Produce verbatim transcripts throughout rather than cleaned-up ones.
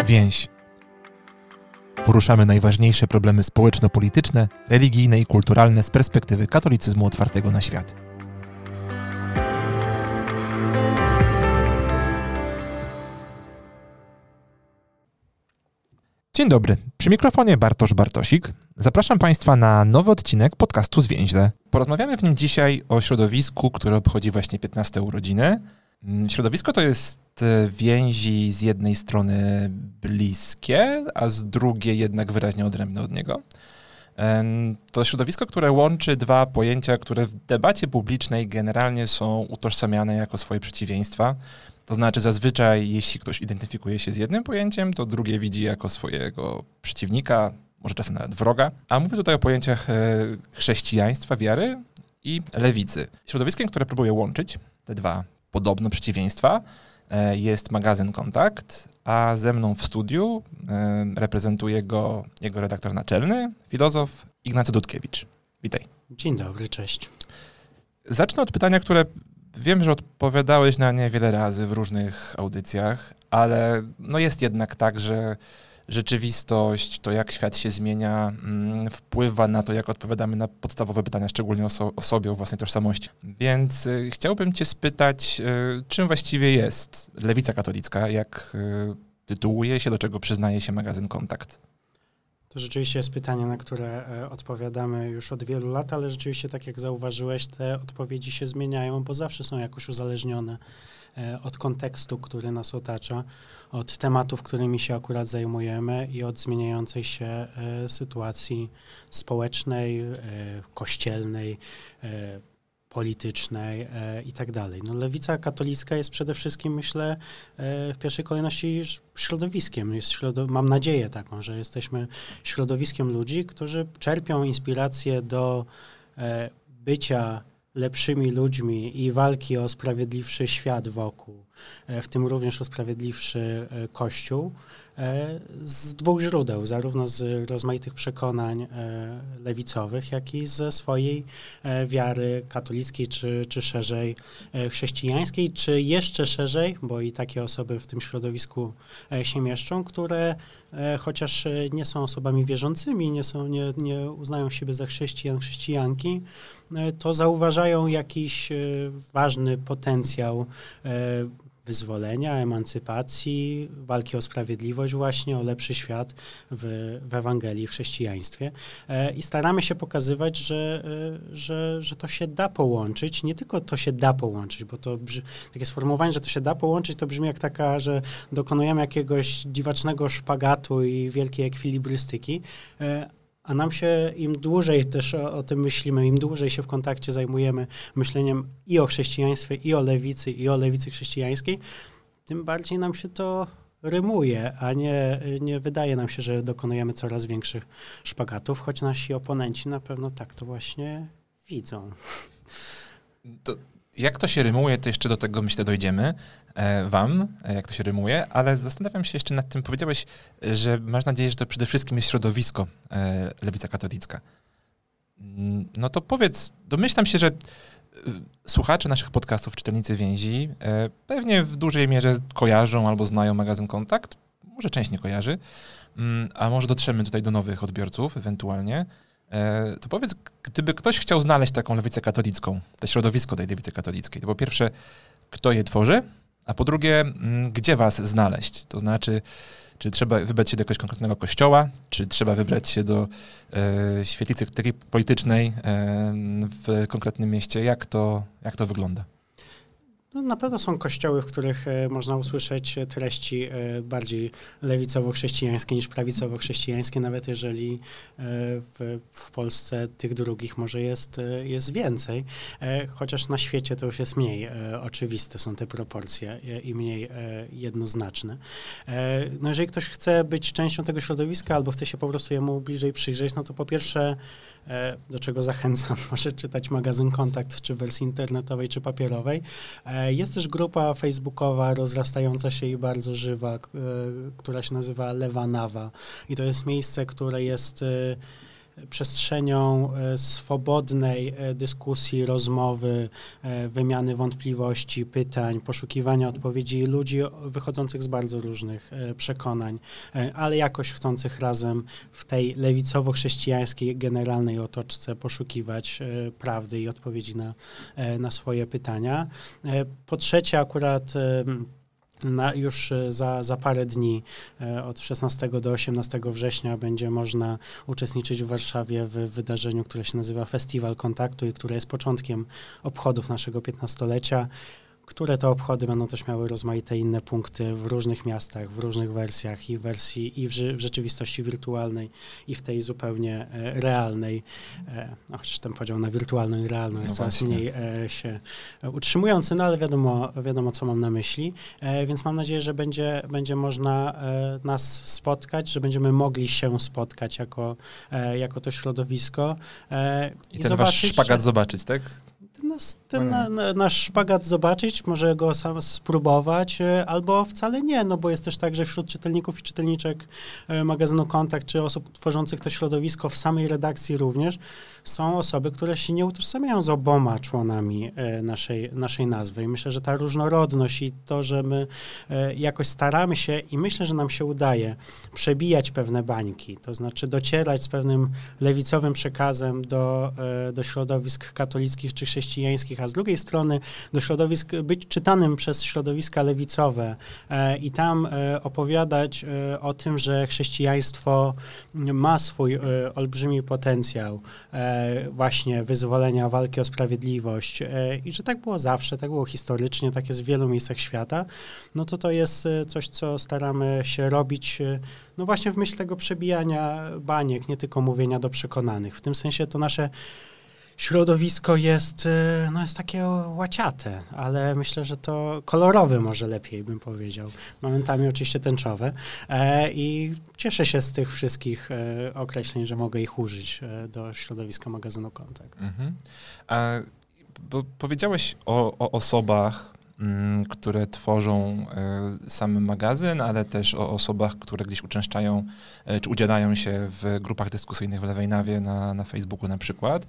Więź. Poruszamy najważniejsze problemy społeczno-polityczne, religijne i kulturalne z perspektywy katolicyzmu otwartego na świat. Dzień dobry, przy mikrofonie Bartosz Bartosik. Zapraszam Państwa na nowy odcinek podcastu Zwięźle. Porozmawiamy w nim dzisiaj o środowisku, które obchodzi właśnie piętnaste urodziny. Środowisko to jest więzi z jednej strony bliskie, a z drugiej jednak wyraźnie odrębne od niego. To środowisko, które łączy dwa pojęcia, które w debacie publicznej generalnie są utożsamiane jako swoje przeciwieństwa. To znaczy zazwyczaj, jeśli ktoś identyfikuje się z jednym pojęciem, to drugie widzi jako swojego przeciwnika, może czasem nawet wroga. A mówię tutaj o pojęciach chrześcijaństwa, wiary i lewicy. Środowiskiem, które próbuje łączyć te dwa podobno przeciwieństwa, jest magazyn Kontakt, a ze mną w studiu reprezentuje go jego redaktor naczelny, filozof Ignacy Dudkiewicz. Witaj. Dzień dobry, cześć. Zacznę od pytania, które wiem, że odpowiadałeś na nie wiele razy w różnych audycjach, ale no jest jednak tak, że rzeczywistość, to jak świat się zmienia, mm, wpływa na to, jak odpowiadamy na podstawowe pytania, szczególnie o, so, o sobie, o własnej tożsamości. Więc y, chciałbym cię spytać, y, czym właściwie jest lewica katolicka, jak y, tytułuje się, do czego przyznaje się magazyn Kontakt? To rzeczywiście jest pytanie, na które e, odpowiadamy już od wielu lat, ale rzeczywiście, tak jak zauważyłeś, te odpowiedzi się zmieniają, bo zawsze są jakoś uzależnione e, od kontekstu, który nas otacza, od tematów, którymi się akurat zajmujemy i od zmieniającej się e, sytuacji społecznej, e, kościelnej, e, politycznej e, i tak dalej. No, lewica katolicka jest przede wszystkim, myślę, e, w pierwszej kolejności środowiskiem. Jest środo- mam nadzieję taką, że jesteśmy środowiskiem ludzi, którzy czerpią inspirację do e, bycia lepszymi ludźmi i walki o sprawiedliwszy świat wokół, e, w tym również o sprawiedliwszy e, Kościół, e, z dwóch źródeł, zarówno z rozmaitych przekonań e, lewicowych, jak i ze swojej e, wiary katolickiej, czy, czy szerzej e, chrześcijańskiej, czy jeszcze szerzej, bo i takie osoby w tym środowisku e, się mieszczą, które e, chociaż nie są osobami wierzącymi, nie, są, nie, nie uznają siebie za chrześcijan, chrześcijanki, e, to zauważają jakiś e, ważny potencjał e, wyzwolenia, emancypacji, walki o sprawiedliwość właśnie, o lepszy świat w, w Ewangelii, w chrześcijaństwie. E, I staramy się pokazywać, że, e, że, że to się da połączyć. Nie tylko to się da połączyć, bo to brzmi, takie sformułowanie, że to się da połączyć, to brzmi jak taka, że dokonujemy jakiegoś dziwacznego szpagatu i wielkiej ekwilibrystyki. E, A nam się, im dłużej też o, o tym myślimy, im dłużej się w kontakcie zajmujemy myśleniem i o chrześcijaństwie, i o lewicy, i o lewicy chrześcijańskiej, tym bardziej nam się to rymuje, a nie, nie wydaje nam się, że dokonujemy coraz większych szpagatów, choć nasi oponenci na pewno tak to właśnie widzą. To jak to się rymuje, to jeszcze do tego, myślę, dojdziemy e, wam, e, jak to się rymuje, ale zastanawiam się jeszcze nad tym. Powiedziałeś, że masz nadzieję, że to przede wszystkim jest środowisko e, lewica katolicka. No to powiedz, domyślam się, że e, słuchacze naszych podcastów, czytelnicy więzi, e, pewnie w dużej mierze kojarzą albo znają magazyn Kontakt, może część nie kojarzy, m, a może dotrzemy tutaj do nowych odbiorców ewentualnie. To powiedz, gdyby ktoś chciał znaleźć taką lewicę katolicką, to środowisko tej lewicy katolickiej, to po pierwsze, kto je tworzy, a po drugie, gdzie was znaleźć? To znaczy, czy trzeba wybrać się do jakiegoś konkretnego kościoła, czy trzeba wybrać się do e, świetlicy takiej politycznej e, w konkretnym mieście? Jak to, jak to wygląda? No, na pewno są kościoły, w których e, można usłyszeć treści e, bardziej lewicowo-chrześcijańskie niż prawicowo-chrześcijańskie, nawet jeżeli e, w, w Polsce tych drugich może jest, e, jest więcej, e, chociaż na świecie to już jest mniej e, oczywiste są te proporcje e, i mniej e, jednoznaczne. E, no jeżeli ktoś chce być częścią tego środowiska albo chce się po prostu jemu bliżej przyjrzeć, no to po pierwsze, e, do czego zachęcam, może czytać magazyn Kontakt, czy w wersji internetowej, czy papierowej. E, Jest też grupa facebookowa rozrastająca się i bardzo żywa, k- która się nazywa Lewa Nawa. I to jest miejsce, które jest przestrzenią swobodnej dyskusji, rozmowy, wymiany wątpliwości, pytań, poszukiwania odpowiedzi ludzi wychodzących z bardzo różnych przekonań, ale jakoś chcących razem w tej lewicowo-chrześcijańskiej generalnej otoczce poszukiwać prawdy i odpowiedzi na, na swoje pytania. Po trzecie, akurat Na, już za, za parę dni, od szesnastego do osiemnastego września, będzie można uczestniczyć w Warszawie w wydarzeniu, które się nazywa Festiwal Kontaktu i które jest początkiem obchodów naszego piętnastolecia, które to obchody będą też miały rozmaite inne punkty w różnych miastach, w różnych wersjach i w wersji i w, w rzeczywistości wirtualnej i w tej zupełnie e, realnej. E, no, chociaż ten podział na wirtualną i realną no jest coraz mniej e, się utrzymujący, no ale wiadomo, wiadomo co mam na myśli. E, więc mam nadzieję, że będzie, będzie można e, nas spotkać, że będziemy mogli się spotkać jako, e, jako to środowisko. E, I, I ten wasz szpagat że... zobaczyć, tak? Nas, ten na, na, nasz szpagat zobaczyć, może go sam spróbować, albo wcale nie, no bo jest też tak, że wśród czytelników i czytelniczek magazynu Kontakt, czy osób tworzących to środowisko w samej redakcji również, są osoby, które się nie utożsamiają z oboma członami naszej, naszej nazwy. I myślę, że ta różnorodność i to, że my jakoś staramy się i myślę, że nam się udaje przebijać pewne bańki, to znaczy docierać z pewnym lewicowym przekazem do, do środowisk katolickich czy chrześcijańskich, a z drugiej strony do środowisk, być czytanym przez środowiska lewicowe e, i tam e, opowiadać e, o tym, że chrześcijaństwo ma swój e, olbrzymi potencjał e, właśnie wyzwolenia, walki o sprawiedliwość e, i że tak było zawsze, tak było historycznie, tak jest w wielu miejscach świata, no to to jest coś, co staramy się robić e, no właśnie w myśl tego przebijania baniek, nie tylko mówienia do przekonanych. W tym sensie to nasze środowisko jest, no jest takie łaciate, ale myślę, że to kolorowe może lepiej bym powiedział. Momentami oczywiście tęczowe e, i cieszę się z tych wszystkich e, określeń, że mogę ich użyć e, do środowiska magazynu Kontakt. Mhm. A, bo powiedziałeś o, o osobach, m, które tworzą e, sam magazyn, ale też o osobach, które gdzieś uczęszczają, e, czy udzielają się w grupach dyskusyjnych w Lewej Nawie na, na Facebooku na przykład.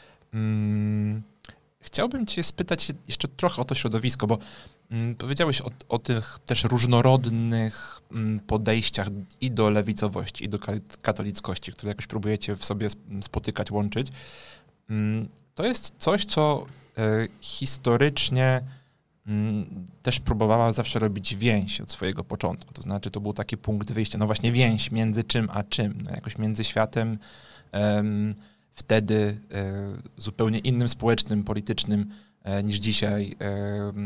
Hmm, chciałbym cię spytać jeszcze trochę o to środowisko, bo hmm, powiedziałeś o, o tych też różnorodnych hmm, podejściach i do lewicowości, i do katolickości, które jakoś próbujecie w sobie spotykać, łączyć. Hmm, to jest coś, co e, historycznie hmm, też próbowała zawsze robić więź od swojego początku. To znaczy, to był taki punkt wyjścia, no właśnie więź między czym a czym, no jakoś między światem em, wtedy e, zupełnie innym społecznym, politycznym e, niż dzisiaj e,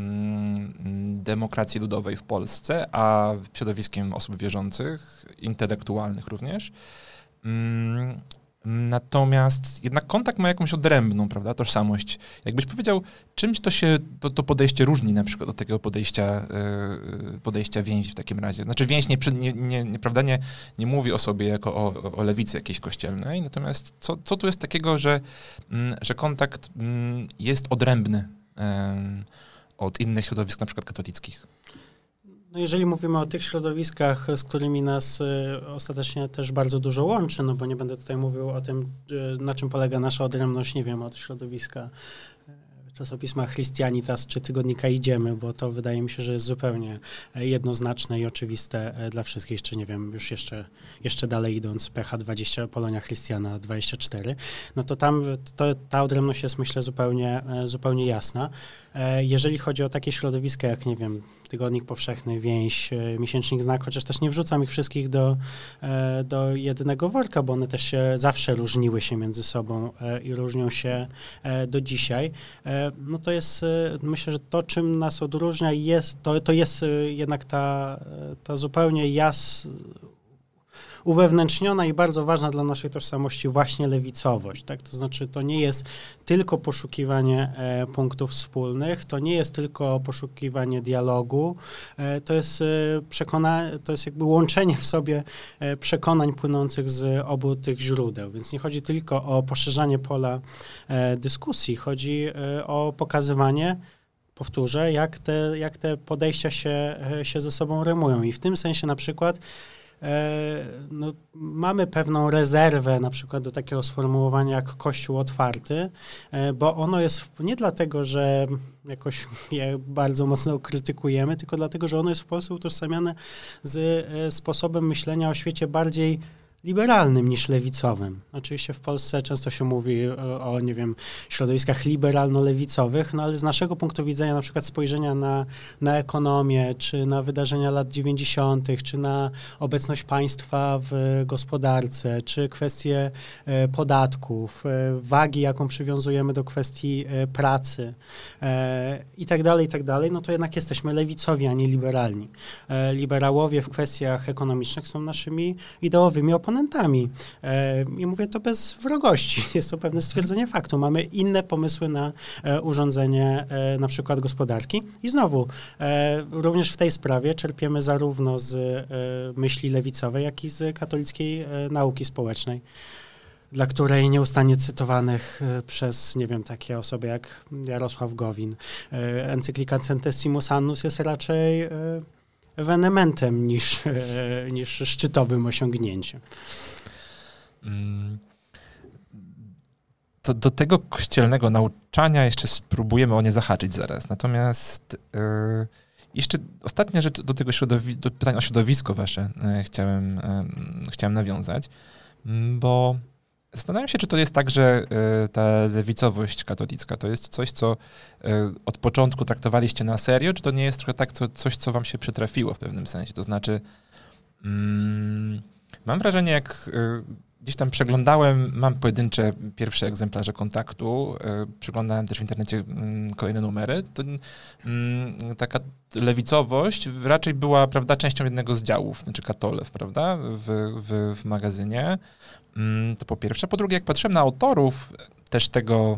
m, demokracji ludowej w Polsce, a środowiskiem osób wierzących, intelektualnych również. Mm, natomiast jednak Kontakt ma jakąś odrębną, prawda, tożsamość. Jakbyś powiedział, czymś to się, to, to podejście różni na przykład od takiego podejścia, e, podejścia więzi w takim razie. Znaczy więź nie, nie, nie, nie, prawda, nie, nie mówi o sobie jako o, o lewicy jakiejś kościelnej, natomiast co, co tu jest takiego, że, m, że Kontakt m, jest odrębny e, od innych środowisk, na przykład katolickich? No jeżeli mówimy o tych środowiskach, z którymi nas y, ostatecznie też bardzo dużo łączy, no bo nie będę tutaj mówił o tym, y, na czym polega nasza odrębność, nie wiem, od środowiska y, czasopisma Christianitas czy tygodnika Idziemy, bo to wydaje mi się, że jest zupełnie jednoznaczne i oczywiste dla wszystkich, czy nie wiem, już jeszcze, jeszcze dalej idąc, P H dwadzieścia, Polonia Chrystiana dwadzieścia cztery, no to tam to, ta odrębność jest, myślę, zupełnie, zupełnie jasna. Jeżeli chodzi o takie środowiska, jak, nie wiem, Tygodnik Powszechny, Więź, Miesięcznik Znak, chociaż też nie wrzucam ich wszystkich do, do jednego worka, bo one też się zawsze różniły się między sobą i różnią się do dzisiaj. No to jest, myślę, że to, czym nas odróżnia, jest, to, to jest jednak ta, ta zupełnie jasna, uwewnętrzniona i bardzo ważna dla naszej tożsamości właśnie lewicowość. Tak? To znaczy, to nie jest tylko poszukiwanie e, punktów wspólnych, to nie jest tylko poszukiwanie dialogu, e, to jest e, przekona- to jest jakby łączenie w sobie e, przekonań płynących z obu tych źródeł. Więc nie chodzi tylko o poszerzanie pola e, dyskusji, chodzi e, o pokazywanie, powtórzę, jak te, jak te podejścia się, się ze sobą rymują. I w tym sensie na przykład no, mamy pewną rezerwę na przykład do takiego sformułowania jak Kościół otwarty, bo ono jest nie dlatego, że jakoś je bardzo mocno krytykujemy, tylko dlatego, że ono jest w Polsce utożsamiane z sposobem myślenia o świecie bardziej liberalnym niż lewicowym. Oczywiście w Polsce często się mówi o, o, nie wiem, środowiskach liberalno-lewicowych, no ale z naszego punktu widzenia na przykład spojrzenia na, na ekonomię, czy na wydarzenia lat dziewięćdziesiątych, czy na obecność państwa w gospodarce, czy kwestie e, podatków, e, wagi, jaką przywiązujemy do kwestii e, pracy e, i tak dalej, i tak dalej, no to jednak jesteśmy lewicowi, a nie liberalni. E, liberałowie w kwestiach ekonomicznych są naszymi ideowymi oponentami. I mówię to bez wrogości. Jest to pewne stwierdzenie faktu. Mamy inne pomysły na urządzenie na przykład gospodarki. I znowu, również w tej sprawie czerpiemy zarówno z myśli lewicowej, jak i z katolickiej nauki społecznej, dla której nieustannie cytowanych przez, nie wiem, takie osoby jak Jarosław Gowin, encyklika Centesimus Annus jest raczej ewenementem niż, niż szczytowym osiągnięciem. To do tego kościelnego nauczania jeszcze spróbujemy o nie zahaczyć zaraz. Natomiast yy, jeszcze ostatnia rzecz do tego środowi- do pytań o środowisko wasze yy, chciałem, yy, chciałem nawiązać, yy, bo zastanawiam się, czy to jest tak, że y, ta lewicowość katolicka to jest coś, co y, od początku traktowaliście na serio, czy to nie jest trochę tak, co, coś, co wam się przytrafiło w pewnym sensie? To znaczy, mm, mam wrażenie, jak y, gdzieś tam przeglądałem, mam pojedyncze pierwsze egzemplarze Kontaktu, y, przeglądałem też w internecie y, kolejne numery, to y, taka lewicowość raczej była, prawda, częścią jednego z działów, znaczy Katolew, prawda, w, w, w magazynie. To po pierwsze. Po drugie, jak patrzyłem na autorów też tego,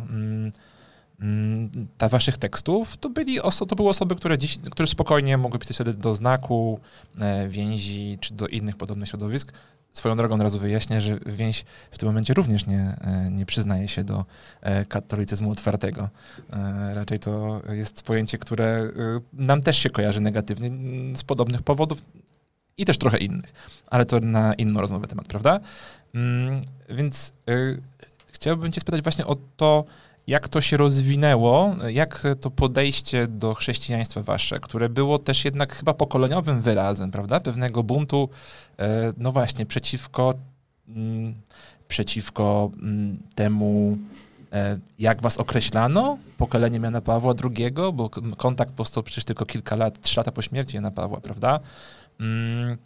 ta waszych tekstów, to, byli oso- to były osoby, które, dziś, które spokojnie mogły pisać wtedy do Znaku, Więzi, czy do innych podobnych środowisk. Swoją drogą od razu wyjaśnię, że Więź w tym momencie również nie, nie przyznaje się do katolicyzmu otwartego. Raczej to jest pojęcie, które nam też się kojarzy negatywnie z podobnych powodów i też trochę innych, ale to na inną rozmowę temat, prawda? Mm, więc y, chciałbym cię spytać właśnie o to, jak to się rozwinęło, jak to podejście do chrześcijaństwa wasze, które było też jednak chyba pokoleniowym wyrazem, prawda? Pewnego buntu, y, no właśnie, przeciwko, mm, przeciwko mm, temu, y, jak was określano, pokolenie Jana Pawła drugiego, bo Kontakt powstał przecież tylko kilka lat, trzy lata po śmierci Jana Pawła, prawda? Mm, y,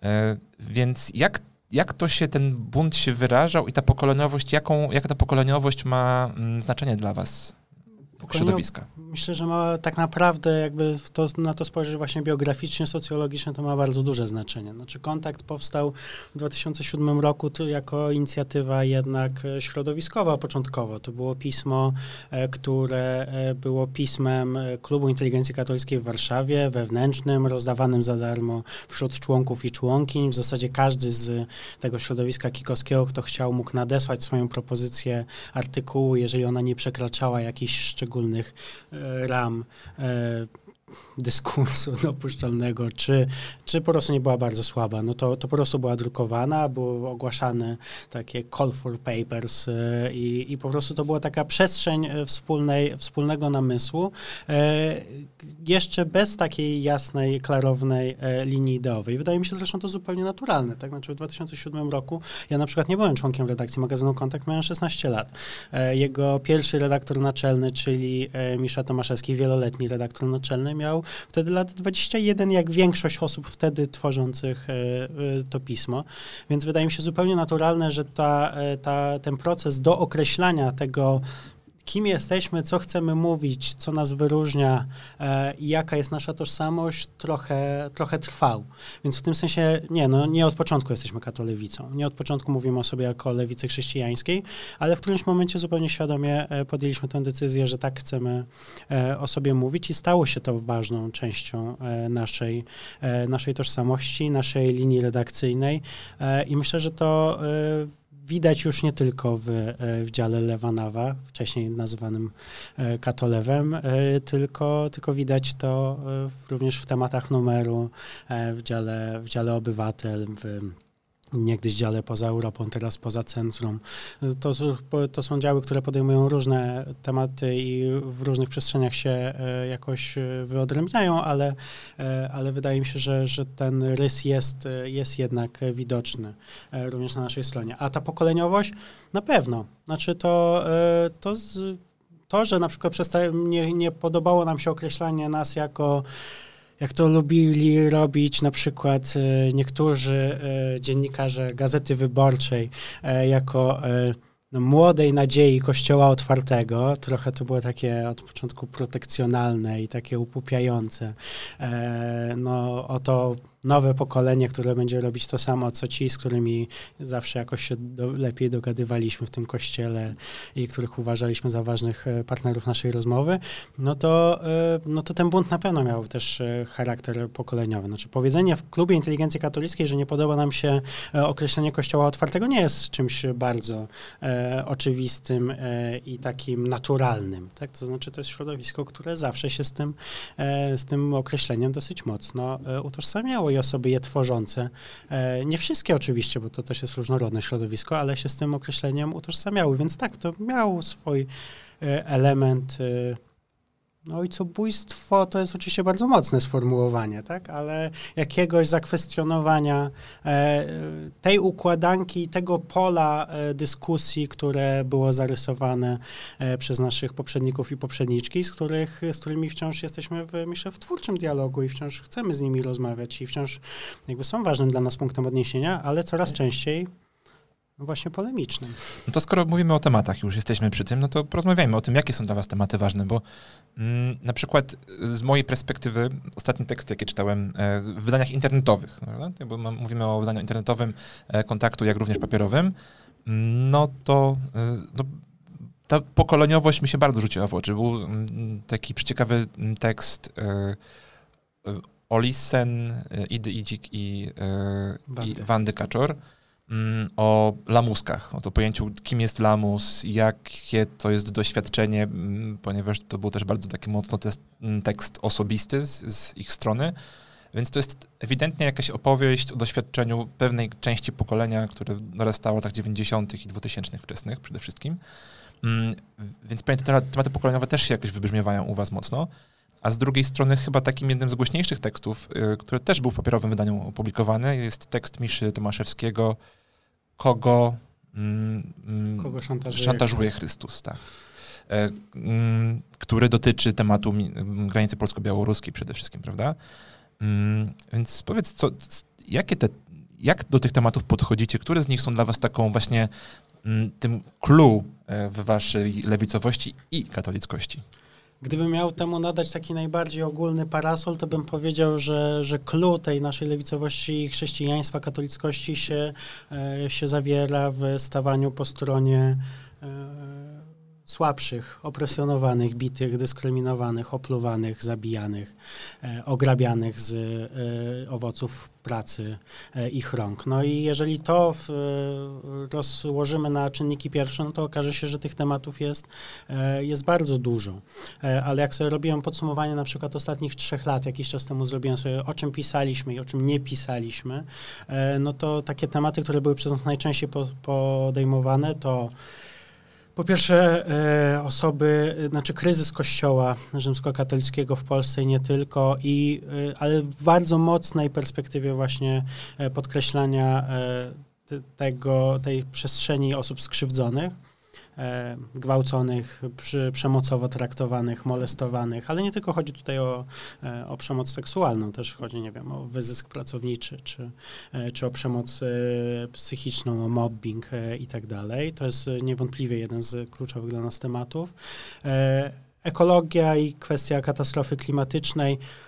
więc jak Jak to się, ten bunt się wyrażał i ta pokoleniowość, jaką, jaka ta pokoleniowość ma mm, znaczenie dla was, środowiska? Myślę, że ma tak naprawdę, jakby w to, na to spojrzeć właśnie biograficznie, socjologicznie, to ma bardzo duże znaczenie. Znaczy Kontakt powstał w dwa tysiące siódmym roku jako inicjatywa jednak środowiskowa początkowo. To było pismo, które było pismem Klubu Inteligencji Katolickiej w Warszawie, wewnętrznym, rozdawanym za darmo wśród członków i członkiń. W zasadzie każdy z tego środowiska kikowskiego, kto chciał, mógł nadesłać swoją propozycję artykułu, jeżeli ona nie przekraczała jakichś szczególnych ram e, dyskursu dopuszczalnego, czy, czy po prostu nie była bardzo słaba. No to, to po prostu była drukowana, były ogłaszane takie call for papers e, i, i po prostu to była taka przestrzeń wspólnej, wspólnego namysłu, e, jeszcze bez takiej jasnej, klarownej e, linii ideowej. Wydaje mi się zresztą to zupełnie naturalne. Tak? Znaczy w dwa tysiące siódmym roku ja na przykład nie byłem członkiem redakcji magazynu Kontakt, miałem szesnaście lat. E, jego pierwszy redaktor naczelny, czyli e, Misza Tomaszewski, wieloletni redaktor naczelny, miał wtedy lat dwadzieścia jeden, jak większość osób wtedy tworzących e, e, to pismo. Więc wydaje mi się zupełnie naturalne, że ta, e, ta, ten proces do określania tego, kim jesteśmy, co chcemy mówić, co nas wyróżnia e, i jaka jest nasza tożsamość, trochę, trochę trwał. Więc w tym sensie, nie, no nie od początku jesteśmy katolewicą. Nie od początku mówimy o sobie jako o lewicy chrześcijańskiej, ale w którymś momencie zupełnie świadomie e, podjęliśmy tę decyzję, że tak chcemy e, o sobie mówić i stało się to ważną częścią e, naszej, e, naszej tożsamości, naszej linii redakcyjnej e, i myślę, że to e, w widać już nie tylko w, w dziale Lewa-Nawa, wcześniej nazywanym Katolewem, tylko, tylko widać to również w tematach numeru, w dziale, w dziale Obywatel, w niegdyś dziale Poza Europą, teraz Poza Centrum. To, to są działy, które podejmują różne tematy i w różnych przestrzeniach się jakoś wyodrębniają, ale, ale wydaje mi się, że, że ten rys jest, jest jednak widoczny również na naszej stronie. A ta pokoleniowość na pewno. Znaczy to, to, z, to że na przykład przesta- nie, nie podobało nam się określanie nas jako jak to lubili robić na przykład niektórzy dziennikarze Gazety Wyborczej jako no, młodej nadziei Kościoła Otwartego. Trochę to było takie od początku protekcjonalne i takie upupiające. No oto nowe pokolenie, które będzie robić to samo, co ci, z którymi zawsze jakoś się do, lepiej dogadywaliśmy w tym kościele i których uważaliśmy za ważnych partnerów naszej rozmowy, no to, no to ten bunt na pewno miał też charakter pokoleniowy. Znaczy powiedzenie w Klubie Inteligencji Katolickiej, że nie podoba nam się określenie Kościoła Otwartego, nie jest czymś bardzo e, oczywistym e, i takim naturalnym. Tak? To znaczy to jest środowisko, które zawsze się z tym, e, z tym określeniem dosyć mocno e, utożsamiało i osoby je tworzące. E, nie wszystkie oczywiście, bo to też jest różnorodne środowisko, ale się z tym określeniem utożsamiały, więc tak, to miał swój e, element. E, no ojcobójstwo to jest oczywiście bardzo mocne sformułowanie, tak, ale jakiegoś zakwestionowania e, tej układanki, tego pola e, dyskusji, które było zarysowane e, przez naszych poprzedników i poprzedniczki, z, których, z którymi wciąż jesteśmy w, myślę, w twórczym dialogu i wciąż chcemy z nimi rozmawiać i wciąż jakby są ważnym dla nas punktem odniesienia, ale coraz częściej właśnie polemicznym. No to skoro mówimy o tematach, już jesteśmy przy tym, no to porozmawiajmy o tym, jakie są dla was tematy ważne, bo mm, na przykład z mojej perspektywy ostatnie teksty, jakie czytałem e, w wydaniach internetowych, prawda? Bo mam, mówimy o wydaniu internetowym e, Kontaktu, jak również papierowym, no to e, no, ta pokoleniowość mi się bardzo rzuciła w oczy. Był m, taki przeciekawy tekst e, e, Olisen, e, Idy Idzik i, e, Wandy. i Wandy Kaczor, o lamuskach, o to pojęciu, kim jest lamus, jakie to jest doświadczenie, ponieważ to był też bardzo taki mocno test, tekst osobisty z, z ich strony, więc to jest ewidentnie jakaś opowieść o doświadczeniu pewnej części pokolenia, które dorastało w latach dziewięćdziesiątych i dwutysięcznych wczesnych przede wszystkim. Więc pewnie te tematy pokoleniowe też się jakoś wybrzmiewają u was mocno. A z drugiej strony chyba takim jednym z głośniejszych tekstów, y, który też był w papierowym wydaniu opublikowany, jest tekst Miszy Tomaszewskiego, Kogo, mm, Kogo szantażuje, szantażuje Chrystus, tak. E, mm, który dotyczy tematu mi, granicy polsko-białoruskiej przede wszystkim, prawda? Mm, więc powiedz, co, jakie te, jak do tych tematów podchodzicie? Które z nich są dla was taką właśnie mm, tym clue w waszej lewicowości i katolickości? Gdybym miał temu nadać taki najbardziej ogólny parasol, to bym powiedział, że, że clue tej naszej lewicowości i chrześcijaństwa, katolickości się, e, się zawiera w stawaniu po stronie e, słabszych, opresjonowanych, bitych, dyskryminowanych, opluwanych, zabijanych, e, ograbianych z e, owoców pracy e, ich rąk. No i jeżeli to w, e, rozłożymy na czynniki pierwsze, no to okaże się, że tych tematów jest, e, jest bardzo dużo. E, ale jak sobie robiłem podsumowanie na przykład ostatnich trzech lat, jakiś czas temu zrobiłem sobie, o czym pisaliśmy i o czym nie pisaliśmy, e, no to takie tematy, które były przez nas najczęściej po, podejmowane, to po pierwsze e, osoby, znaczy kryzys Kościoła rzymskokatolickiego w Polsce i nie tylko, i, e, ale w bardzo mocnej perspektywie właśnie e, podkreślania e, te, tego, tej przestrzeni osób skrzywdzonych, e, gwałconych, przy, przemocowo traktowanych, molestowanych, ale nie tylko chodzi tutaj o, e, o przemoc seksualną, też chodzi, nie wiem, o wyzysk pracowniczy, czy, e, czy o przemoc e, psychiczną, o mobbing e, i tak dalej. To jest niewątpliwie jeden z kluczowych dla nas tematów. E, ekologia i kwestia katastrofy klimatycznej.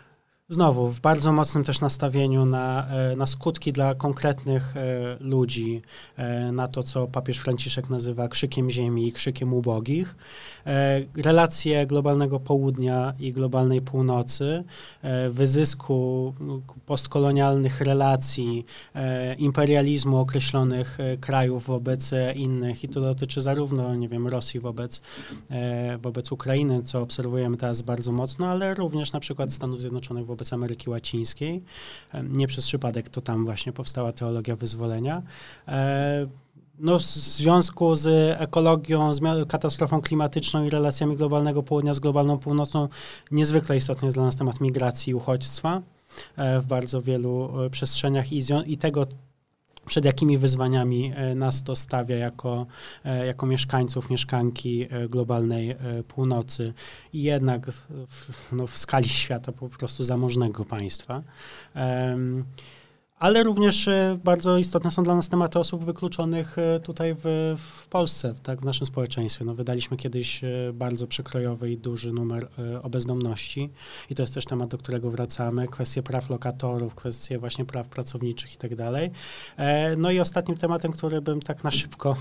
Znowu, w bardzo mocnym też nastawieniu na, na skutki dla konkretnych ludzi, na to, co papież Franciszek nazywa krzykiem ziemi i krzykiem ubogich. Relacje globalnego południa i globalnej północy, wyzysku postkolonialnych relacji, imperializmu określonych krajów wobec innych i to dotyczy zarówno, nie wiem, Rosji wobec, wobec Ukrainy, co obserwujemy teraz bardzo mocno, ale również na przykład Stanów Zjednoczonych wobec Ameryki Łacińskiej. Nie przez przypadek to tam właśnie powstała teologia wyzwolenia. No, w związku z ekologią, z katastrofą klimatyczną i relacjami globalnego południa z globalną północą niezwykle istotny jest dla nas temat migracji i uchodźstwa w bardzo wielu przestrzeniach i, i tego, przed jakimi wyzwaniami nas to stawia jako, jako mieszkańców, mieszkanki globalnej północy i jednak w, no, w skali świata po prostu zamożnego państwa. Um, Ale również bardzo istotne są dla nas tematy osób wykluczonych tutaj w, w Polsce, tak, w naszym społeczeństwie. No, wydaliśmy kiedyś bardzo przekrojowy i duży numer o bezdomności i to jest też temat, do którego wracamy. Kwestie praw lokatorów, kwestie właśnie praw pracowniczych i tak dalej. No i ostatnim tematem, który bym tak na szybko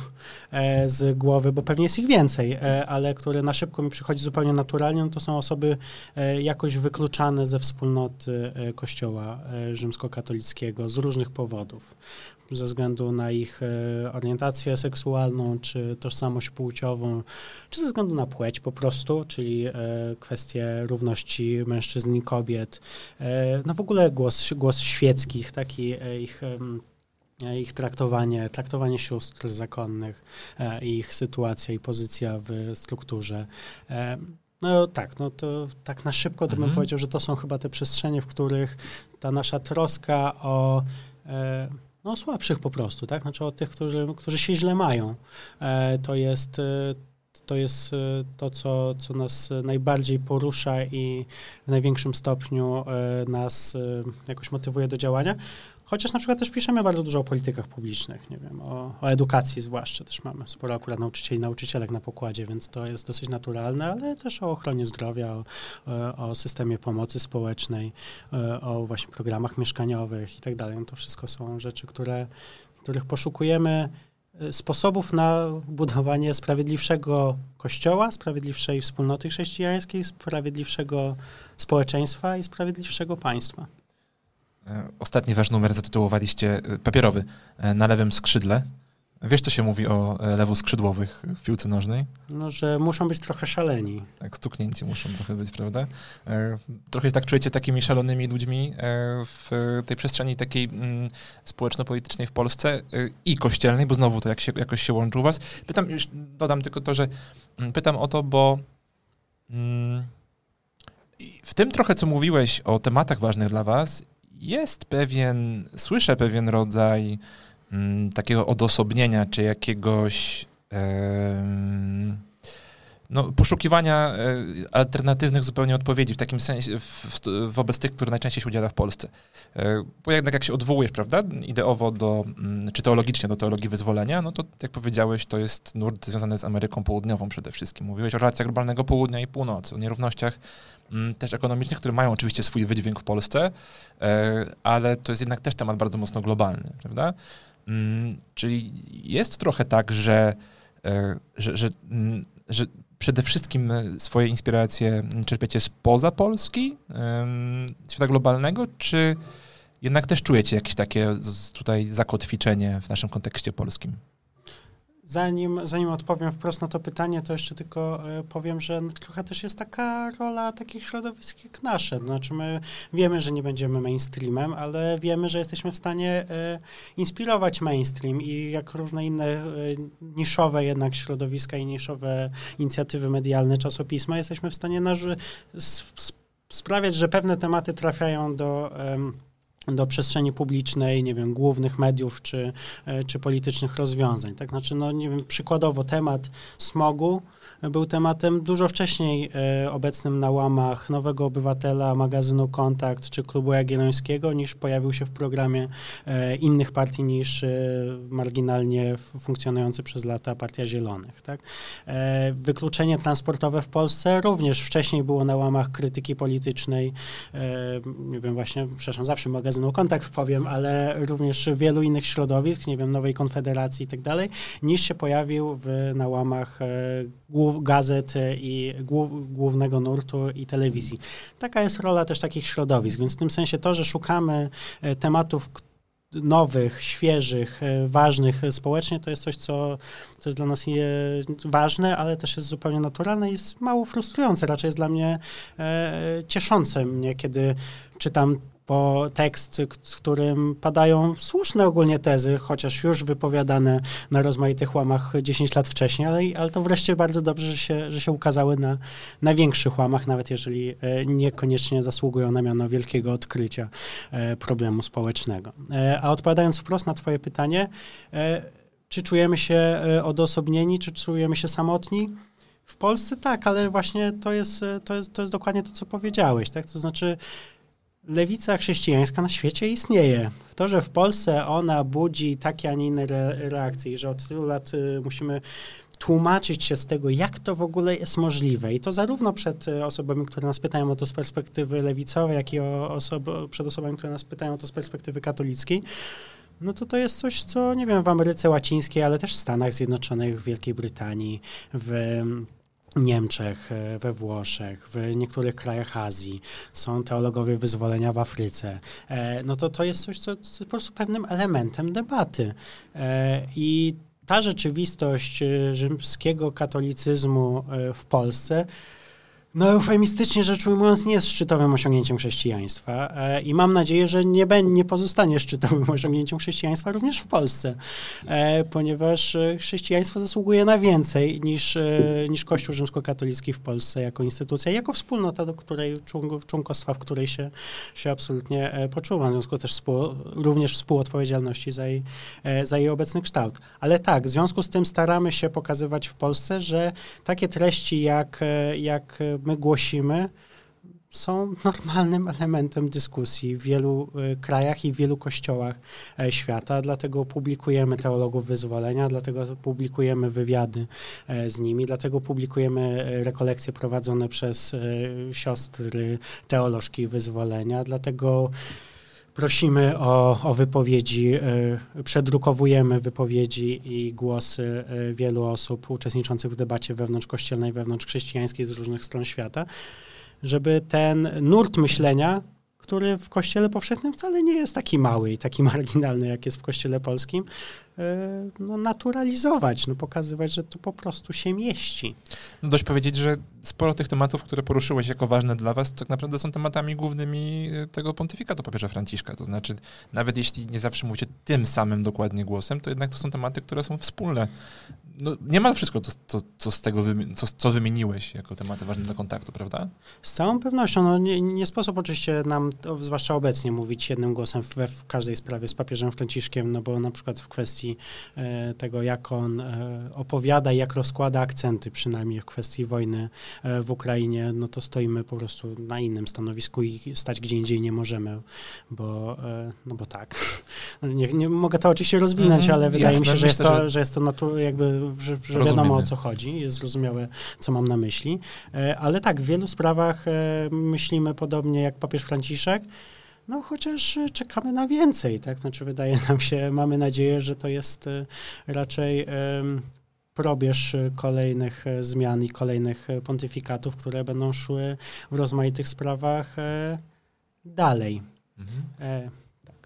z głowy, bo pewnie jest ich więcej, ale który na szybko mi przychodzi zupełnie naturalnie, no to są osoby jakoś wykluczane ze wspólnoty Kościoła rzymskokatolickiego z różnych powodów, ze względu na ich orientację seksualną, czy tożsamość płciową, czy ze względu na płeć po prostu, czyli kwestie równości mężczyzn i kobiet. No w ogóle głos, głos świeckich, taki ich, ich traktowanie, traktowanie sióstr zakonnych, ich sytuacja i pozycja w strukturze. No tak, no to tak na szybko to mhm. bym powiedział, że to są chyba te przestrzenie, w których ta nasza troska o e, no, słabszych po prostu, tak? Znaczy o tych, którzy, którzy się źle mają. E, to jest, e, to jest to, co, co nas najbardziej porusza i w największym stopniu e, nas e, jakoś motywuje do działania. Chociaż na przykład też piszemy bardzo dużo o politykach publicznych, nie wiem, o, o edukacji zwłaszcza. Też mamy sporo akurat nauczycieli i nauczycielek na pokładzie, więc to jest dosyć naturalne, ale też o ochronie zdrowia, o, o systemie pomocy społecznej, o właśnie programach mieszkaniowych i tak dalej. No to wszystko są rzeczy, które, których poszukujemy sposobów na budowanie sprawiedliwszego kościoła, sprawiedliwszej wspólnoty chrześcijańskiej, sprawiedliwszego społeczeństwa i sprawiedliwszego państwa. Ostatni wasz numer zatytułowaliście papierowy, na lewym skrzydle. Wiesz, co się mówi o lewoskrzydłowych w piłce nożnej? No, że muszą być trochę szaleni. Tak, stuknięci muszą trochę być, prawda? Trochę się tak czujecie takimi szalonymi ludźmi w tej przestrzeni takiej mm, społeczno-politycznej w Polsce i kościelnej, bo znowu to jak się, jakoś się łączy u was. Pytam, już dodam tylko to, że pytam o to, bo mm, w tym trochę, co mówiłeś o tematach ważnych dla was, jest pewien, słyszę pewien rodzaj m, takiego odosobnienia, czy jakiegoś e, no, poszukiwania e, alternatywnych zupełnie odpowiedzi, w takim sensie w, w, wobec tych, które najczęściej się udziela w Polsce. E, bo jednak jak się odwołujesz, prawda, ideowo do, m, czy teologicznie do teologii wyzwolenia, no to jak powiedziałeś, to jest nurt związany z Ameryką Południową przede wszystkim. Mówiłeś o relacjach globalnego południa i północy, o nierównościach też ekonomicznych, które mają oczywiście swój wydźwięk w Polsce, ale to jest jednak też temat bardzo mocno globalny, prawda? Czyli jest trochę tak, że, że, że, że przede wszystkim swoje inspiracje czerpiecie spoza Polski, świata globalnego, czy jednak też czujecie jakieś takie tutaj zakotwiczenie w naszym kontekście polskim? Zanim, zanim odpowiem wprost na to pytanie, to jeszcze tylko powiem, że trochę też jest taka rola takich środowisk jak nasze. Znaczy my wiemy, że nie będziemy mainstreamem, ale wiemy, że jesteśmy w stanie inspirować mainstream i jak różne inne niszowe jednak środowiska i niszowe inicjatywy medialne, czasopisma, jesteśmy w stanie naży- sprawiać, że pewne tematy trafiają do do przestrzeni publicznej, nie wiem, głównych mediów czy, czy politycznych rozwiązań. Tak, znaczy, no nie wiem, przykładowo temat smogu był tematem dużo wcześniej e, obecnym na łamach Nowego Obywatela, magazynu Kontakt czy Klubu Jagiellońskiego, niż pojawił się w programie e, innych partii niż e, marginalnie funkcjonujący przez lata Partia Zielonych. Tak? E, wykluczenie transportowe w Polsce również wcześniej było na łamach krytyki politycznej, e, nie wiem, właśnie, przepraszam, zawsze magazynu Kontakt powiem, ale również wielu innych środowisk, nie wiem, Nowej Konfederacji i tak dalej, niż się pojawił w, na łamach e, głów gazet i głów, głównego nurtu i telewizji. Taka jest rola też takich środowisk, więc w tym sensie to, że szukamy tematów nowych, świeżych, ważnych społecznie, to jest coś, co, co jest dla nas ważne, ale też jest zupełnie naturalne i jest mało frustrujące. Raczej jest dla mnie e, cieszące mnie, kiedy czytam po tekst, w którym padają słuszne ogólnie tezy, chociaż już wypowiadane na rozmaitych łamach dziesięć lat wcześniej, ale, ale to wreszcie bardzo dobrze, że się, że się ukazały na, na większych łamach, nawet jeżeli e, niekoniecznie zasługują na miano wielkiego odkrycia e, problemu społecznego. E, a odpowiadając wprost na twoje pytanie, e, czy czujemy się e, odosobnieni, czy czujemy się samotni? W Polsce tak, ale właśnie to jest, to jest, to jest dokładnie to, co powiedziałeś, tak? To znaczy lewica chrześcijańska na świecie istnieje. To, że w Polsce ona budzi takie, a nie inne re- reakcje i że od tylu lat y, musimy tłumaczyć się z tego, jak to w ogóle jest możliwe. I to zarówno przed osobami, które nas pytają o to z perspektywy lewicowej, jak i o osob- przed osobami, które nas pytają o to z perspektywy katolickiej. No to to jest coś, co, nie wiem, w Ameryce Łacińskiej, ale też w Stanach Zjednoczonych, w Wielkiej Brytanii, w Niemczech, we Włoszech, w niektórych krajach Azji, są teologowie wyzwolenia w Afryce. No to to jest coś, co, co po prostu pewnym elementem debaty. I ta rzeczywistość rzymskiego katolicyzmu w Polsce, no eufemistycznie rzecz ujmując, nie jest szczytowym osiągnięciem chrześcijaństwa e, i mam nadzieję, że nie, będzie, nie pozostanie szczytowym osiągnięciem chrześcijaństwa również w Polsce, e, ponieważ chrześcijaństwo zasługuje na więcej niż, e, niż Kościół rzymskokatolicki w Polsce jako instytucja, jako wspólnota, do której członków, członkostwa, w której się, się absolutnie e, poczuwam, w związku też współ, również współodpowiedzialności za jej, e, za jej obecny kształt. Ale tak, w związku z tym staramy się pokazywać w Polsce, że takie treści jak, jak my głosimy, są normalnym elementem dyskusji w wielu y, krajach i w wielu kościołach e, świata, dlatego publikujemy teologów wyzwolenia, dlatego publikujemy wywiady e, z nimi, dlatego publikujemy e, rekolekcje prowadzone przez e, siostry teolożki wyzwolenia, dlatego prosimy o, o wypowiedzi, y, przedrukowujemy wypowiedzi i głosy y, wielu osób uczestniczących w debacie wewnątrzkościelnej, wewnątrzchrześcijańskiej z różnych stron świata, żeby ten nurt myślenia, który w Kościele powszechnym wcale nie jest taki mały i taki marginalny, jak jest w Kościele polskim, y, no, naturalizować, no, pokazywać, że to po prostu się mieści. No dość powiedzieć, że sporo tych tematów, które poruszyłeś jako ważne dla was, tak naprawdę są tematami głównymi tego pontyfikatu papieża Franciszka. To znaczy, nawet jeśli nie zawsze mówicie tym samym dokładnie głosem, to jednak to są tematy, które są wspólne. No, niemal wszystko, to, to, co z tego wymi- co, co wymieniłeś jako tematy ważne dla kontaktu, prawda? Z całą pewnością. No, nie, nie sposób oczywiście nam, to, zwłaszcza obecnie, mówić jednym głosem w, w każdej sprawie z papieżem Franciszkiem, no bo na przykład w kwestii e, tego, jak on e, opowiada, jak rozkłada akcenty, przynajmniej w kwestii wojny e, w Ukrainie, no to stoimy po prostu na innym stanowisku i stać gdzie indziej nie możemy, bo, e, no bo tak. Nie, nie mogę to oczywiście rozwinąć, mm, ale wydaje jasne, mi się, że myślę, jest to, że... że jest to natu- jakby że, że wiadomo, o co chodzi, jest zrozumiałe, co mam na myśli. Ale tak, w wielu sprawach myślimy podobnie jak papież Franciszek, no chociaż czekamy na więcej, tak? Znaczy wydaje nam się, mamy nadzieję, że to jest raczej probierz kolejnych zmian i kolejnych pontyfikatów, które będą szły w rozmaitych sprawach dalej. Mhm. E, tak.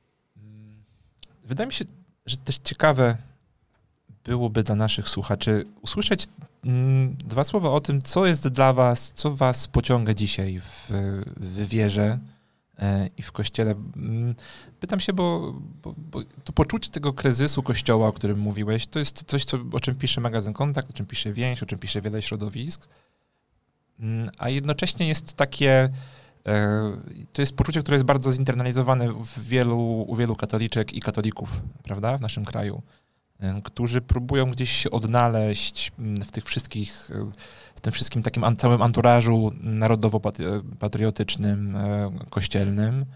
Wydaje mi się, że też ciekawe byłoby dla naszych słuchaczy usłyszeć mm, dwa słowa o tym, co jest dla was, co was pociąga dzisiaj w, w wierze e, i w Kościele. Pytam się, bo, bo, bo to poczucie tego kryzysu Kościoła, o którym mówiłeś, to jest coś, co, o czym pisze magazyn Kontakt, o czym pisze Więź, o czym pisze wiele środowisk, a jednocześnie jest takie To jest poczucie, które jest bardzo zinternalizowane w wielu, u wielu katoliczek i katolików, prawda, w naszym kraju, którzy próbują gdzieś się odnaleźć w tych wszystkich, w tym wszystkim takim całym anturażu narodowo-patriotycznym, kościelnym,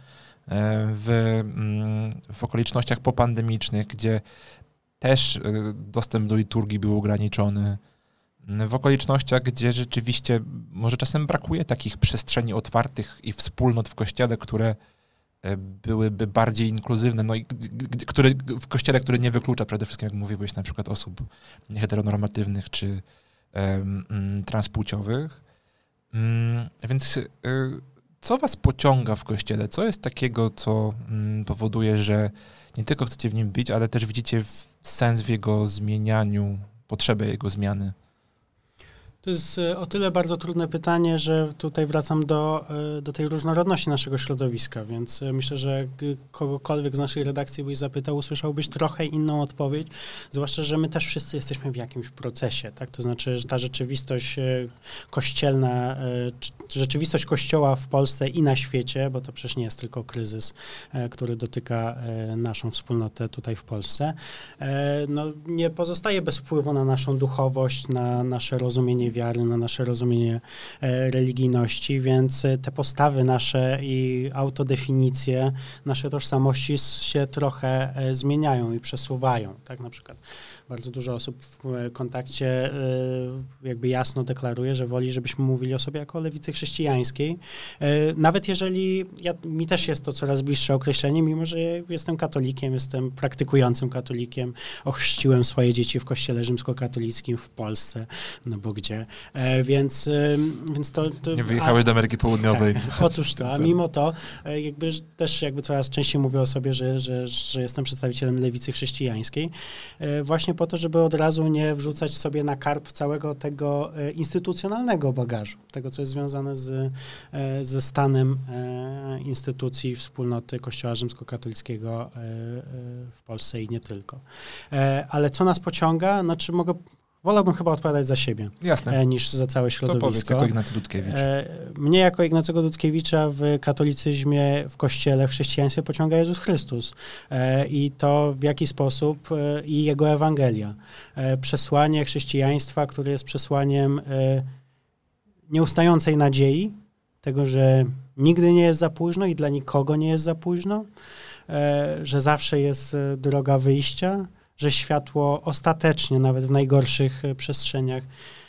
w, w okolicznościach popandemicznych, gdzie też dostęp do liturgii był ograniczony, w okolicznościach, gdzie rzeczywiście może czasem brakuje takich przestrzeni otwartych i wspólnot w kościele, które byłyby bardziej inkluzywne, no i które, w kościele, który nie wyklucza przede wszystkim, jak mówiłeś, na przykład osób nieheteronormatywnych czy um, transpłciowych. Um, więc y, co was pociąga w kościele? Co jest takiego, co um, powoduje, że nie tylko chcecie w nim być, ale też widzicie sens w jego zmienianiu, potrzebę jego zmiany? To jest o tyle bardzo trudne pytanie, że tutaj wracam do, do tej różnorodności naszego środowiska, więc myślę, że kogokolwiek z naszej redakcji byś zapytał, usłyszałbyś trochę inną odpowiedź, zwłaszcza, że my też wszyscy jesteśmy w jakimś procesie, tak? To znaczy, że ta rzeczywistość kościelna, rzeczywistość Kościoła w Polsce i na świecie, bo to przecież nie jest tylko kryzys, który dotyka naszą wspólnotę tutaj w Polsce, no nie pozostaje bez wpływu na naszą duchowość, na nasze rozumienie wiary, na nasze rozumienie e, religijności, więc te postawy nasze i autodefinicje, nasze tożsamości się trochę e, zmieniają i przesuwają, tak? Na przykład bardzo dużo osób w kontakcie e, jakby jasno deklaruje, że woli, żebyśmy mówili o sobie jako o lewicy chrześcijańskiej. E, nawet jeżeli, ja, mi też jest to coraz bliższe określenie, mimo że jestem katolikiem, jestem praktykującym katolikiem, ochrzciłem swoje dzieci w kościele rzymskokatolickim w Polsce, no bo gdzie. E, więc, e, więc to, to... Nie wyjechałeś a, do Ameryki Południowej. Tak, otóż to, a mimo to e, jakby też jakby coraz częściej mówię o sobie, że, że, że jestem przedstawicielem lewicy chrześcijańskiej, e, właśnie po to, żeby od razu nie wrzucać sobie na karp całego tego e, instytucjonalnego bagażu, tego, co jest związane z, e, ze stanem e, instytucji wspólnoty Kościoła rzymskokatolickiego e, e, w Polsce i nie tylko. E, ale co nas pociąga? Znaczy mogę Wolałbym chyba odpowiadać za siebie, Jasne. niż za całe środowisko. To powiedz, jako Ignacy Dudkiewicz. Mnie jako Ignacego Dudkiewicza w katolicyzmie, w Kościele, w chrześcijaństwie pociąga Jezus Chrystus. I to w jaki sposób i Jego Ewangelia. Przesłanie chrześcijaństwa, które jest przesłaniem nieustającej nadziei, tego, że nigdy nie jest za późno i dla nikogo nie jest za późno, że zawsze jest droga wyjścia, że światło ostatecznie, nawet w najgorszych przestrzeniach,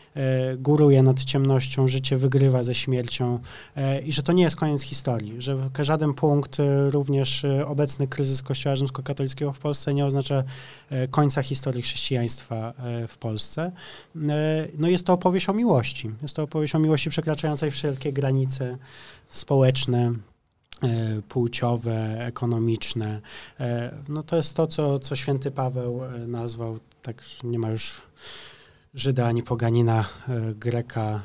góruje nad ciemnością, życie wygrywa ze śmiercią i że to nie jest koniec historii, że żaden punkt, również obecny kryzys Kościoła rzymskokatolickiego w Polsce nie oznacza końca historii chrześcijaństwa w Polsce. No jest to opowieść o miłości. Jest to opowieść o miłości przekraczającej wszelkie granice społeczne, płciowe, ekonomiczne. No to jest to, co, co święty Paweł nazwał, tak, że nie ma już Żyda ani poganina, Greka,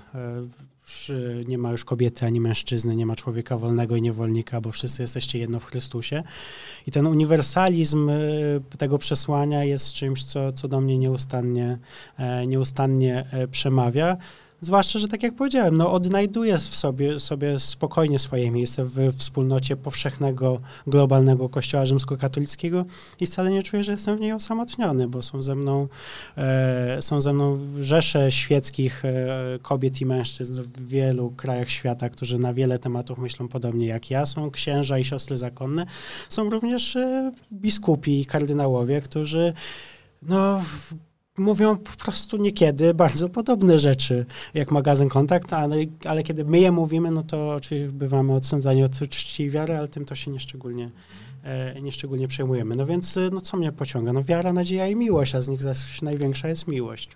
nie ma już kobiety ani mężczyzny, nie ma człowieka wolnego i niewolnika, bo wszyscy jesteście jedno w Chrystusie. I ten uniwersalizm tego przesłania jest czymś, co, co do mnie nieustannie, nieustannie przemawia. Zwłaszcza, że tak jak powiedziałem, no odnajduję w sobie, sobie spokojnie swoje miejsce w wspólnocie powszechnego, globalnego Kościoła rzymskokatolickiego i wcale nie czuję, że jestem w niej osamotniony, bo są ze mną, e, są ze mną rzesze świeckich e, kobiet i mężczyzn w wielu krajach świata, którzy na wiele tematów myślą podobnie jak ja. Są księża i siostry zakonne. Są również e, biskupi i kardynałowie, którzy no w, mówią po prostu niekiedy bardzo podobne rzeczy, jak magazyn Kontakt, ale, ale kiedy my je mówimy, no to oczywiście bywamy odsądzani od czci i wiary, ale tym to się nieszczególnie, e, nieszczególnie przejmujemy. No więc, no co mnie pociąga? No wiara, nadzieja i miłość, a z nich zaś największa jest miłość.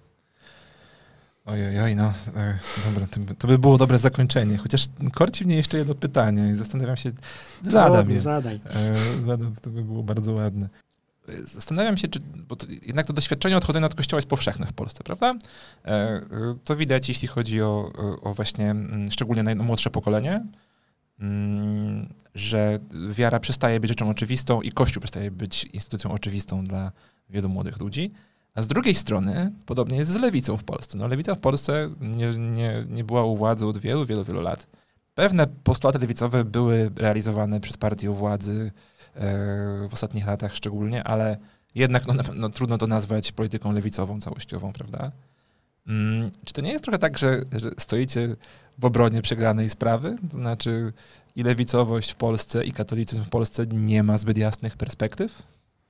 Ojej, oj, no, e, dobra, to by, to by było dobre zakończenie, chociaż korci mnie jeszcze jedno pytanie i zastanawiam się, zadam je. Zadaj. E, zadam, to by było bardzo ładne. Zastanawiam się, czy, bo to, jednak to doświadczenie odchodzenia od Kościoła jest powszechne w Polsce, prawda? E, to widać, jeśli chodzi o, o właśnie szczególnie najmłodsze pokolenie, m, że wiara przestaje być rzeczą oczywistą i Kościół przestaje być instytucją oczywistą dla wielu młodych ludzi. A z drugiej strony podobnie jest z lewicą w Polsce. No, lewica w Polsce nie, nie, nie była u władzy od wielu, wielu, wielu lat. pewne postulaty lewicowe były realizowane przez partię u władzy w ostatnich latach szczególnie, ale jednak no, no, trudno to nazwać polityką lewicową całościową, prawda? Hmm, czy to nie jest trochę tak, że, że stoicie w obronie przegranej sprawy? To znaczy i lewicowość w Polsce, i katolicyzm w Polsce nie ma zbyt jasnych perspektyw?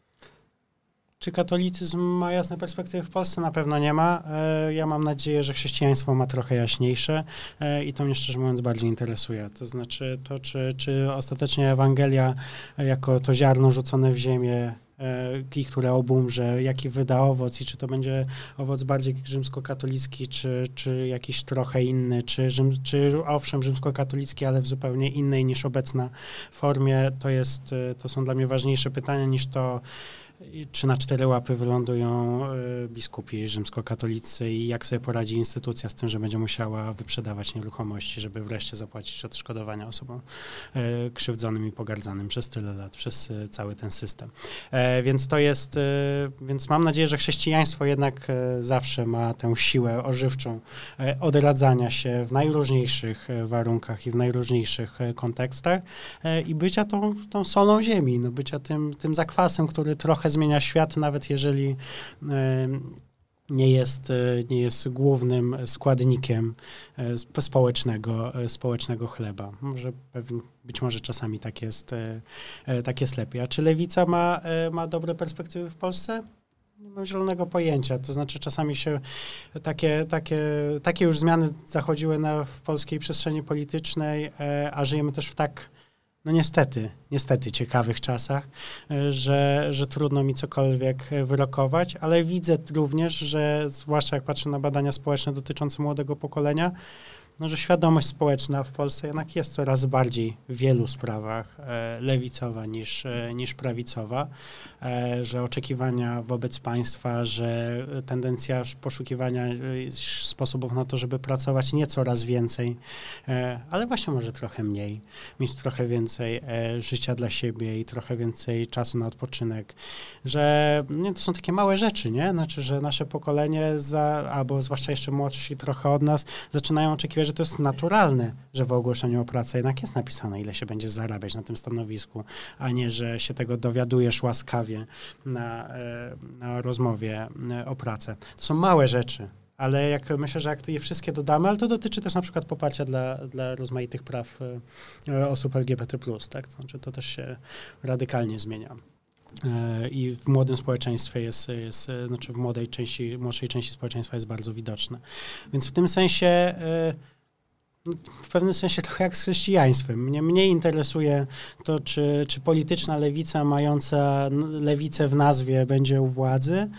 Czy katolicyzm ma jasne perspektywy w Polsce? Na pewno nie ma. Ja mam nadzieję, że chrześcijaństwo ma trochę jaśniejsze i to mnie szczerze mówiąc bardziej interesuje. To znaczy to, czy, czy ostatecznie Ewangelia jako to ziarno rzucone w ziemię i które obumrze, jaki wyda owoc i czy to będzie owoc bardziej rzymskokatolicki, czy, czy jakiś trochę inny, czy, rzym, czy owszem rzymskokatolicki, ale w zupełnie innej niż obecna formie, to jest, to są dla mnie ważniejsze pytania niż to, czy na cztery łapy wylądują y, biskupi rzymskokatolicy i jak sobie poradzi instytucja z tym, że będzie musiała wyprzedawać nieruchomości, żeby wreszcie zapłacić odszkodowania osobom y, krzywdzonym i pogardzanym przez tyle lat, przez y, cały ten system. E, więc to jest, y, więc mam nadzieję, że chrześcijaństwo jednak y, zawsze ma tę siłę ożywczą y, odradzania się w najróżniejszych y, warunkach i w najróżniejszych y, kontekstach y, i bycia tą, tą solą ziemi, no, bycia tym, tym zakwasem, który trochę zmienia świat, nawet jeżeli y, nie jest, y, nie jest głównym składnikiem y, społecznego, y, społecznego chleba. Może pewnie, być może czasami tak jest, y, y, tak jest lepiej. A czy lewica ma, y, ma dobre perspektywy w Polsce? Nie mam zielonego pojęcia. To znaczy czasami się takie, takie, takie już zmiany zachodziły na, w polskiej przestrzeni politycznej, y, a żyjemy też w tak no niestety, niestety ciekawych czasach, że, że trudno mi cokolwiek wyrokować, ale widzę również, że zwłaszcza jak patrzę na badania społeczne dotyczące młodego pokolenia, no, że świadomość społeczna w Polsce jednak jest coraz bardziej w wielu sprawach e, lewicowa niż, e, niż prawicowa, e, że oczekiwania wobec państwa, że tendencja poszukiwania e, sposobów na to, żeby pracować nie coraz więcej, e, ale właśnie może trochę mniej, mieć trochę więcej e, życia dla siebie i trochę więcej czasu na odpoczynek, że nie, to są takie małe rzeczy, nie? Znaczy, że nasze pokolenie, za, albo zwłaszcza jeszcze młodsi trochę od nas, zaczynają oczekiwać, że to jest naturalne, że w ogłoszeniu o pracę jednak jest napisane, ile się będzie zarabiać na tym stanowisku, a nie, że się tego dowiadujesz łaskawie na, na rozmowie o pracę. To są małe rzeczy, ale jak myślę, że jak je wszystkie dodamy, ale to dotyczy też na przykład poparcia dla, dla rozmaitych praw osób L G B T plus, tak? To znaczy to też się radykalnie zmienia. I w młodym społeczeństwie jest, jest, znaczy w młodej części, młodszej części społeczeństwa jest bardzo widoczne. Więc w tym sensie, w pewnym sensie trochę jak z chrześcijaństwem. Mnie mniej interesuje to, czy, czy polityczna lewica mająca lewicę w nazwie będzie u władzy,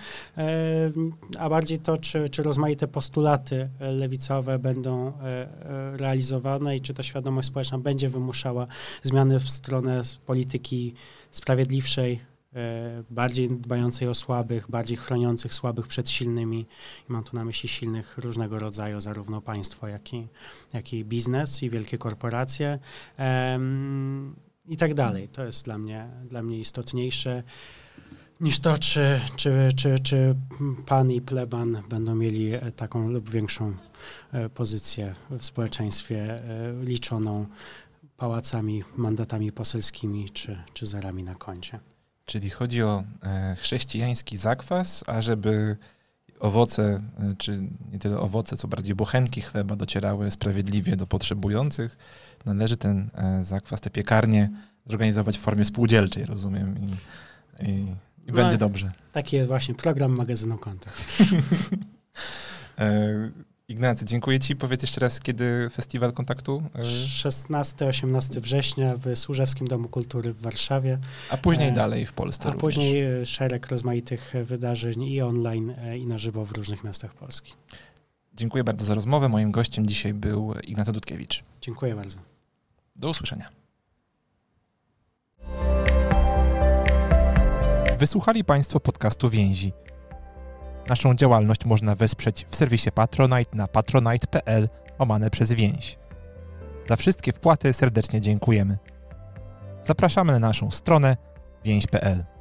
a bardziej to, czy, czy rozmaite postulaty lewicowe będą realizowane i czy ta świadomość społeczna będzie wymuszała zmiany w stronę polityki sprawiedliwszej, bardziej dbającej o słabych, bardziej chroniących słabych przed silnymi. I mam tu na myśli silnych różnego rodzaju, zarówno państwo, jak i, jak i biznes i wielkie korporacje um, i tak dalej. To jest dla mnie, dla mnie istotniejsze niż to, czy, czy, czy, czy pan i pleban będą mieli taką lub większą pozycję w społeczeństwie liczoną pałacami, mandatami poselskimi czy, czy zerami na koncie. Czyli chodzi o e, chrześcijański zakwas, a żeby owoce, e, czy nie tyle owoce, co bardziej bochenki chleba docierały sprawiedliwie do potrzebujących, należy ten e, zakwas, te piekarnie zorganizować w formie spółdzielczej, rozumiem, i, i, i no, będzie dobrze. Taki jest właśnie program magazynu Konta. e, Ignacy, dziękuję ci. Powiedz jeszcze raz, kiedy Festiwal Kontaktu? szesnastego osiemnastego września w Służewskim Domu Kultury w Warszawie. A później e, dalej w Polsce A również. później szereg rozmaitych wydarzeń i online, i na żywo w różnych miastach Polski. Dziękuję bardzo za rozmowę. Moim gościem dzisiaj był Ignacy Dudkiewicz. Dziękuję bardzo. Do usłyszenia. Wysłuchali Państwo podcastu Więzi. Naszą działalność można wesprzeć w serwisie Patronite na patronite.pl łamane przez więź. Za wszystkie wpłaty serdecznie dziękujemy. Zapraszamy na naszą stronę więź kropka p l.